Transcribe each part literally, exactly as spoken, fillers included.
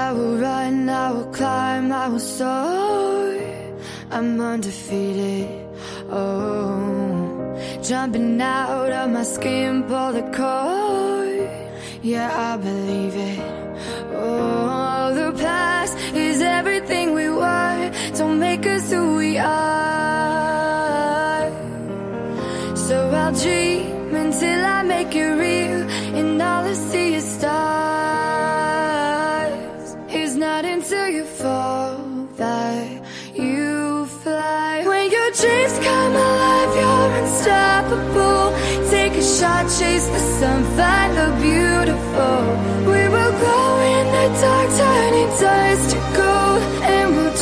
I will run, I will climb, I will soar. I'm undefeated, oh. Jumping out of my skin, pull the cord. Yeah, I believe it. Oh, the past is everything we were. Don't make us who we are. So I'll dream until I make it real, and all I see is stars. It's not until you fall that you fly. When your dreams come alive, you're unstoppable. Take a shot, chase the sun, find the beautiful. We will glow in the dark, turning dust to gold, and we'll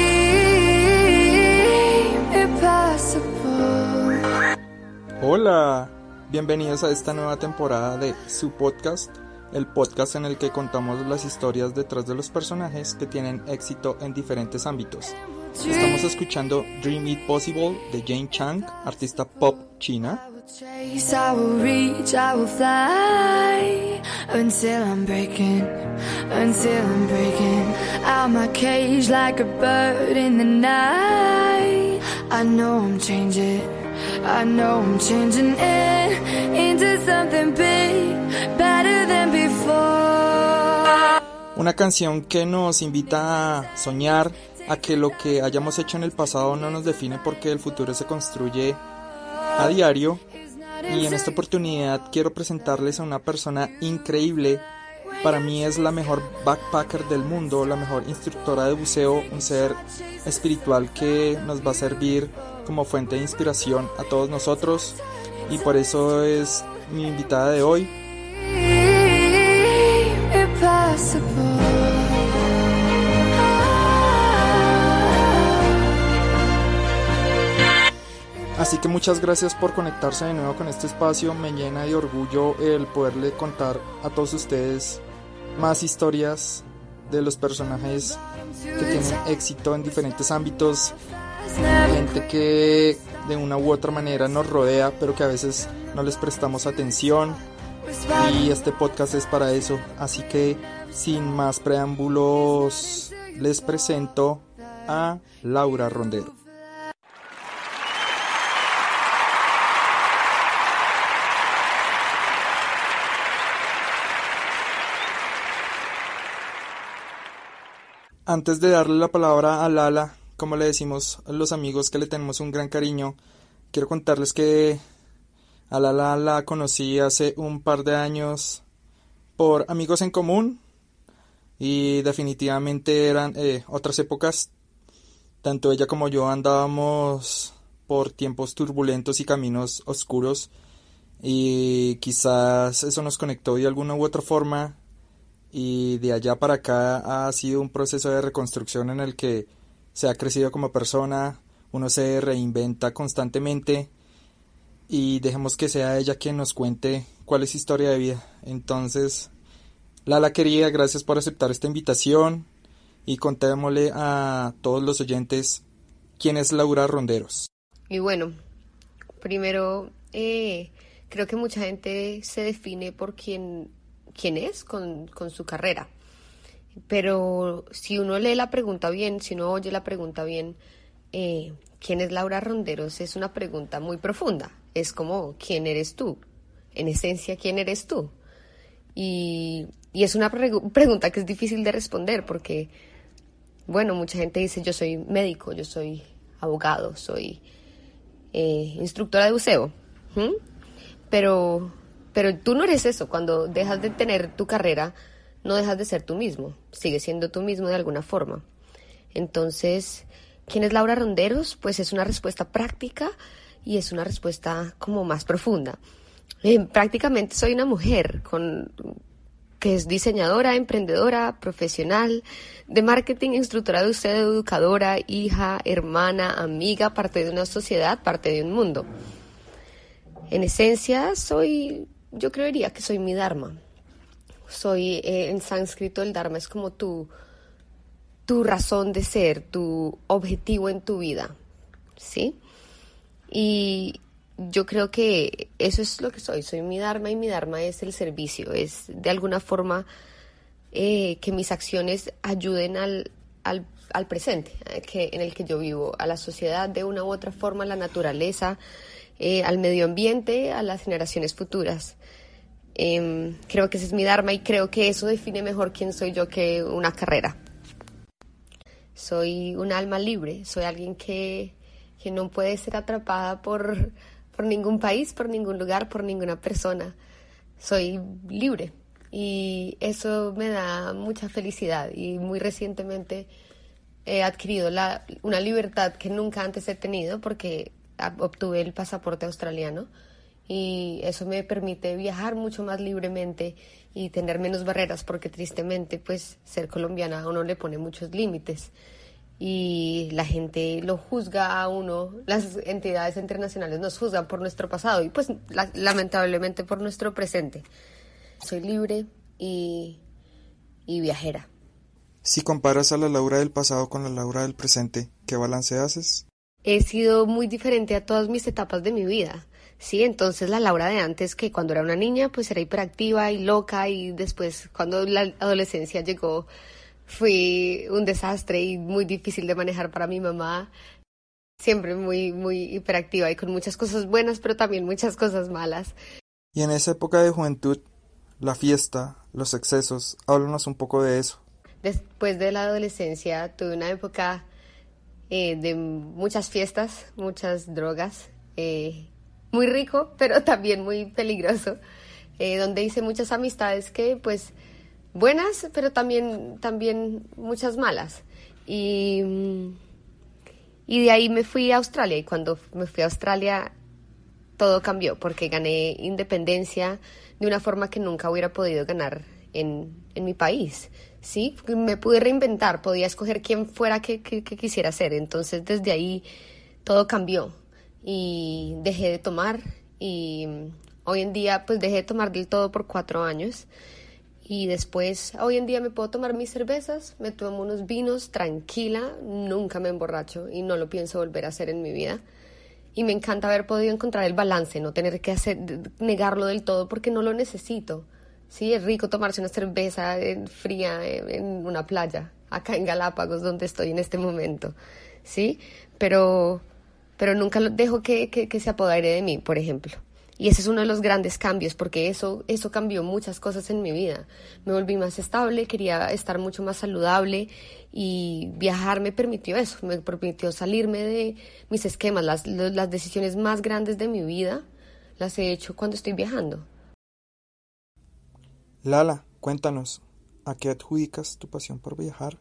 dream impossible. Hola, bienvenidos a esta nueva temporada de su podcast, el podcast en el que contamos las historias detrás de los personajes que tienen éxito en diferentes ámbitos. Estamos escuchando Dream It Possible de Jane Chang, artista pop china. Chase, I will reach, I will fly until I'm breaking, until I'm breaking out my cage like a bird in the night. I know I'm changing, I know I'm changing it into something big, better than before. Una canción que nos invita a soñar, a que lo que hayamos hecho en el pasado no nos define porque el futuro se construye a diario. Y en esta oportunidad quiero presentarles a una persona increíble. Para mí es la mejor backpacker del mundo, la mejor instructora de buceo, un ser espiritual que nos va a servir como fuente de inspiración a todos nosotros, y por eso es mi invitada de hoy. Así que muchas gracias por conectarse de nuevo con este espacio. Me llena de orgullo el poderle contar a todos ustedes más historias de los personajes que tienen éxito en diferentes ámbitos. Gente que de una u otra manera nos rodea, pero que a veces no les prestamos atención. Y este podcast es para eso. Así que sin más preámbulos, les presento a Laura Rondero. Antes de darle la palabra a Lala, como le decimos a los amigos que le tenemos un gran cariño, quiero contarles que a Lala la conocí hace un par de años por amigos en común, y definitivamente eran eh, otras épocas. Tanto ella como yo andábamos por tiempos turbulentos y caminos oscuros, y quizás eso nos conectó de alguna u otra forma. Y de allá para acá ha sido un proceso de reconstrucción en el que se ha crecido como persona, uno se reinventa constantemente, y dejemos que sea ella quien nos cuente cuál es su historia de vida. Entonces, Lala querida, gracias por aceptar esta invitación, y contémosle a todos los oyentes quién es Laura Ronderos. Y bueno, primero eh, creo que mucha gente se define por quién quién es con, con su carrera, pero si uno lee la pregunta bien, si uno oye la pregunta bien, eh, ¿quién es Laura Ronderos? Es una pregunta muy profunda, es como ¿quién eres tú? En esencia, ¿quién eres tú? Y, y es una pre- pregunta que es difícil de responder porque, bueno, mucha gente dice yo soy médico, yo soy abogado, soy eh, instructora de buceo, ¿Mm? pero... Pero tú no eres eso. Cuando dejas de tener tu carrera, no dejas de ser tú mismo. Sigues siendo tú mismo de alguna forma. Entonces, ¿quién es Laura Ronderos? Pues es una respuesta práctica y es una respuesta como más profunda. Eh, prácticamente soy una mujer con, que es diseñadora, emprendedora, profesional, de marketing, instructora de buceo, educadora, hija, hermana, amiga, parte de una sociedad, parte de un mundo. En esencia, soy... Yo creería que soy mi dharma. Soy, eh, en sánscrito el dharma es como tu, tu razón de ser, tu objetivo en tu vida, ¿sí? Y yo creo que eso es lo que soy, soy mi dharma, y mi dharma es el servicio, es de alguna forma eh, que mis acciones ayuden al, al, al presente eh, que, en el que yo vivo, a la sociedad de una u otra forma, a la naturaleza, eh, al medio ambiente, a las generaciones futuras. Eh, creo que ese es mi dharma y creo que eso define mejor quién soy yo que una carrera. Soy un alma libre, soy alguien que, que no puede ser atrapada por, por ningún país, por ningún lugar, por ninguna persona. Soy libre y eso me da mucha felicidad, y muy recientemente he adquirido la, una libertad que nunca antes he tenido porque obtuve el pasaporte australiano, y eso me permite viajar mucho más libremente y tener menos barreras, porque tristemente pues ser colombiana a uno le pone muchos límites y la gente lo juzga a uno, las entidades internacionales nos juzgan por nuestro pasado y pues la, lamentablemente por nuestro presente. Soy libre y, y viajera. Si comparas a la Laura del pasado con la Laura del presente, ¿qué balance haces? He sido muy diferente a todas mis etapas de mi vida. Sí, entonces la Laura de antes, que cuando era una niña pues era hiperactiva y loca, y después cuando la adolescencia llegó fui un desastre y muy difícil de manejar para mi mamá. Siempre muy, muy hiperactiva y con muchas cosas buenas, pero también muchas cosas malas. Y en esa época de juventud, la fiesta, los excesos, háblanos un poco de eso. Después de la adolescencia tuve una época eh, de muchas fiestas, muchas drogas, eh, muy rico, pero también muy peligroso, eh, donde hice muchas amistades que, pues, buenas, pero también, también muchas malas. Y, y de ahí me fui a Australia, y cuando me fui a Australia todo cambió, porque gané independencia de una forma que nunca hubiera podido ganar en, en mi país, ¿sí? Me pude reinventar, podía escoger quién fuera que, que, que quisiera ser. Entonces, desde ahí todo cambió. Y dejé de tomar, y hoy en día pues dejé de tomar del todo por cuatro años, y después hoy en día me puedo tomar mis cervezas, me tomo unos vinos tranquila, nunca me emborracho y no lo pienso volver a hacer en mi vida, y me encanta haber podido encontrar el balance, no tener que hacer, negarlo del todo porque no lo necesito. Sí, es rico tomarse una cerveza fría en una playa, acá en Galápagos donde estoy en este momento, sí, pero... pero nunca lo dejo que, que, que se apodere de mí, por ejemplo. Y ese es uno de los grandes cambios, porque eso, eso cambió muchas cosas en mi vida. Me volví más estable, quería estar mucho más saludable, y viajar me permitió eso, me permitió salirme de mis esquemas. Las, las decisiones más grandes de mi vida las he hecho cuando estoy viajando. Lala, cuéntanos, ¿a qué adjudicas tu pasión por viajar?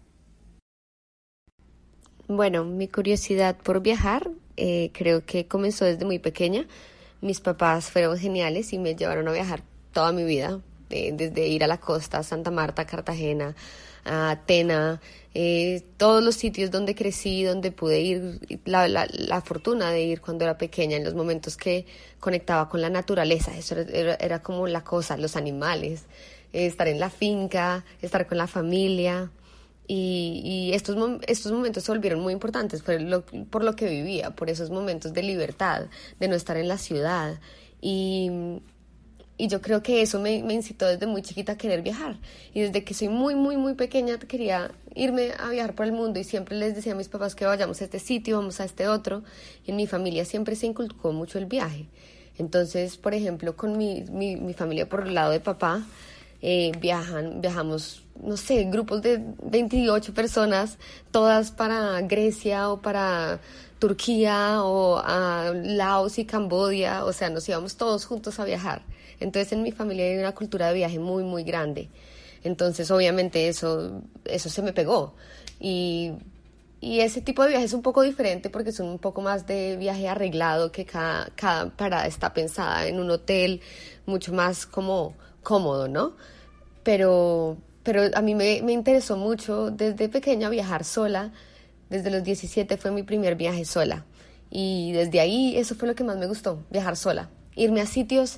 Bueno, mi curiosidad por viajar eh, creo que comenzó desde muy pequeña. Mis papás fueron geniales y me llevaron a viajar toda mi vida, eh, desde ir a la costa, Santa Marta, Cartagena, a Atena, eh, todos los sitios donde crecí, donde pude ir, la, la, la fortuna de ir cuando era pequeña, en los momentos que conectaba con la naturaleza. Eso era, era, era como la cosa, los animales, eh, estar en la finca, estar con la familia. Y, y estos, estos momentos se volvieron muy importantes por lo, por lo que vivía, por esos momentos de libertad, de no estar en la ciudad. Y, y yo creo que eso me, me incitó desde muy chiquita a querer viajar. Y desde que soy muy, muy, muy pequeña quería irme a viajar por el mundo, y siempre les decía a mis papás que vayamos a este sitio, vamos a este otro. Y en mi familia siempre se inculcó mucho el viaje. Entonces, por ejemplo, con mi, mi, mi familia por el lado de papá, eh, viajan, viajamos... no sé, grupos de veintiocho personas, todas para Grecia o para Turquía o a Laos y Camboya. O sea, nos íbamos todos juntos a viajar. Entonces en mi familia hay una cultura de viaje muy, muy grande. Entonces obviamente eso, eso se me pegó. Y, y ese tipo de viaje es un poco diferente porque son un poco más de viaje arreglado, que cada, cada parada está pensada en un hotel mucho más como cómodo, ¿no? Pero... Pero a mí me, me interesó mucho desde pequeña viajar sola. Desde los diecisiete fue mi primer viaje sola. Y desde ahí eso fue lo que más me gustó, viajar sola. Irme a sitios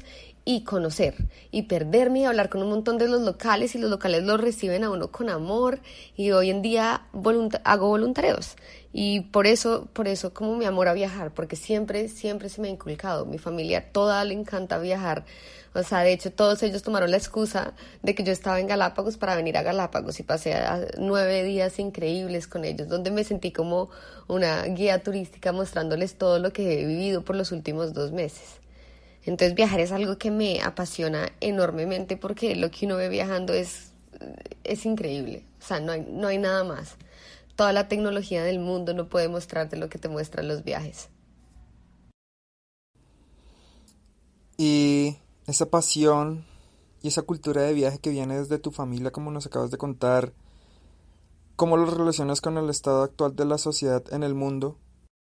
y conocer y perderme y hablar con un montón de los locales, y los locales los reciben a uno con amor, y hoy en día volunta- hago voluntariados, y por eso, por eso como mi amor a viajar, porque siempre, siempre se me ha inculcado. Mi familia toda le encanta viajar, o sea, de hecho todos ellos tomaron la excusa de que yo estaba en Galápagos para venir a Galápagos, y pasé a nueve días increíbles con ellos, donde me sentí como una guía turística mostrándoles todo lo que he vivido por los últimos dos meses. Entonces viajar es algo que me apasiona enormemente, porque lo que uno ve viajando es, es increíble. O sea, no hay, no hay nada más. Toda la tecnología del mundo no puede mostrarte lo que te muestran los viajes. Y esa pasión y esa cultura de viaje que viene desde tu familia, como nos acabas de contar, ¿cómo lo relacionas con el estado actual de la sociedad en el mundo?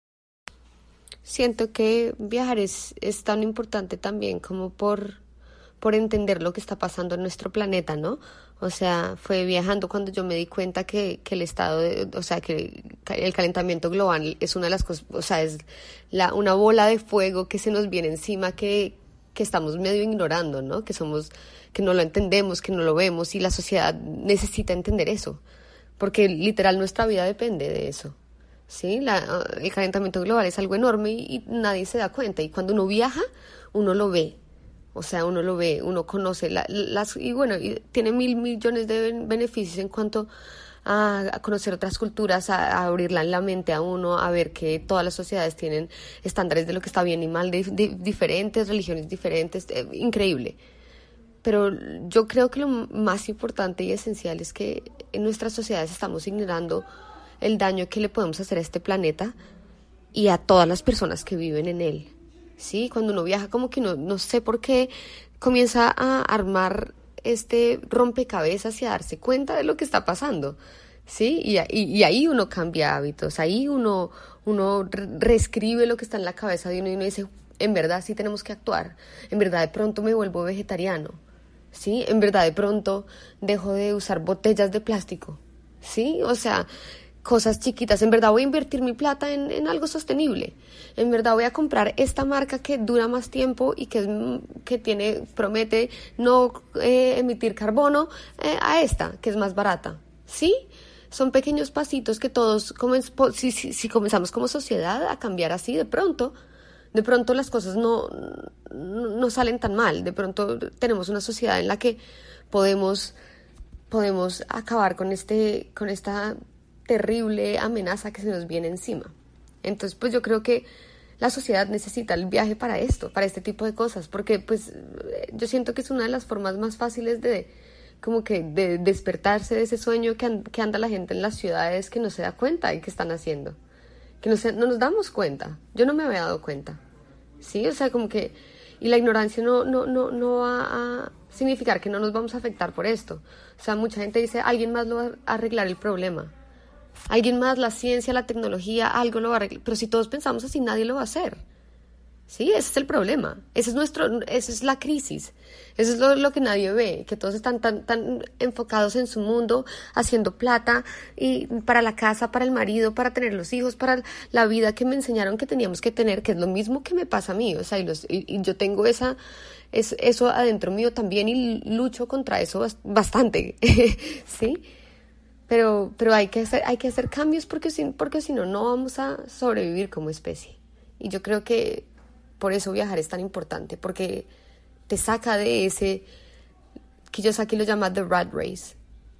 Siento que viajar es, es tan importante también como por, por entender lo que está pasando en nuestro planeta, ¿no? O sea, fue viajando cuando yo me di cuenta que, que el estado, de, o sea, que el calentamiento global es una de las cosas, o sea, es la, una bola de fuego que se nos viene encima, que, que estamos medio ignorando, ¿no? Que somos, que no lo entendemos, que no lo vemos, y la sociedad necesita entender eso, porque literal nuestra vida depende de eso. Sí, la, el calentamiento global es algo enorme, y, y nadie se da cuenta, y cuando uno viaja, uno lo ve, o sea, uno lo ve, uno conoce, la, las y bueno, y tiene mil millones de beneficios en cuanto a, a conocer otras culturas, a, a abrirla en la mente a uno, a ver que todas las sociedades tienen estándares de lo que está bien y mal, de, de diferentes religiones diferentes, eh, increíble. Pero yo creo que lo más importante y esencial es que en nuestras sociedades estamos ignorando el daño que le podemos hacer a este planeta y a todas las personas que viven en él. Sí, cuando uno viaja, como que no, no sé por qué comienza a armar este rompecabezas y a darse cuenta de lo que está pasando. Sí, y, y, y ahí uno cambia hábitos, ahí uno, uno reescribe lo que está en la cabeza de uno, y uno dice, en verdad sí tenemos que actuar, en verdad de pronto me vuelvo vegetariano, sí, en verdad de pronto dejo de usar botellas de plástico, sí, o sea, cosas chiquitas. En verdad voy a invertir mi plata en, en algo sostenible. En verdad voy a comprar esta marca que dura más tiempo y que, es, que tiene, promete no eh, emitir carbono, eh, a esta, que es más barata. ¿Sí? Son pequeños pasitos que todos, comen- si, si, si comenzamos como sociedad a cambiar así, de pronto, de pronto las cosas no, no, no salen tan mal. De pronto tenemos una sociedad en la que podemos, podemos acabar con, este, con esta terrible amenaza que se nos viene encima. Entonces, pues yo creo que la sociedad necesita el viaje para esto, para este tipo de cosas, porque pues yo siento que es una de las formas más fáciles de como que de despertarse de ese sueño que, and, que anda la gente en las ciudades, que no se da cuenta y que están haciendo, que no, se, no nos damos cuenta. Yo no me había dado cuenta, sí, o sea, como que, y la ignorancia no, no, no, no va a significar que no nos vamos a afectar por esto. O sea, mucha gente dice, alguien más lo va a arreglar el problema. Alguien más, la ciencia, la tecnología, algo lo va a arreglar. Pero si todos pensamos así, nadie lo va a hacer. Sí, ese es el problema. Ese es nuestro, esa es la crisis. Eso es lo, lo que nadie ve, que todos están tan, tan enfocados en su mundo, haciendo plata y para la casa, para el marido, para tener los hijos, para la vida que me enseñaron que teníamos que tener, que es lo mismo que me pasa a mí. O sea, y, los, y, y yo tengo esa, es, eso adentro mío también, y lucho contra eso bastante. ¿Sí? Pero, pero hay que hacer, hay que hacer cambios, porque si, porque si no, no vamos a sobrevivir como especie. Y yo creo que por eso viajar es tan importante, porque te saca de ese, Kiyosaki lo llama the rat race.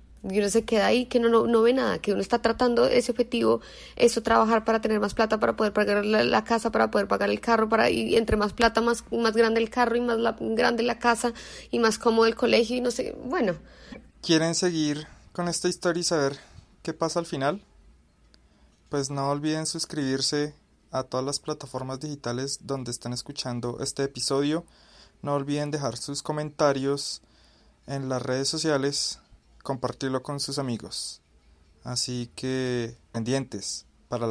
Y uno se queda ahí, que no, no, no ve nada, que uno está tratando ese objetivo, eso, trabajar para tener más plata, para poder pagar la, la casa, para poder pagar el carro, para y entre más plata, más, más grande el carro, y más la, grande la casa, y más cómodo el colegio, y no sé, bueno. ¿Quieren seguir con esta historia y saber qué pasa al final? Pues no olviden suscribirse a todas las plataformas digitales donde están escuchando este episodio. No olviden dejar sus comentarios en las redes sociales, compartirlo con sus amigos. Así que pendientes.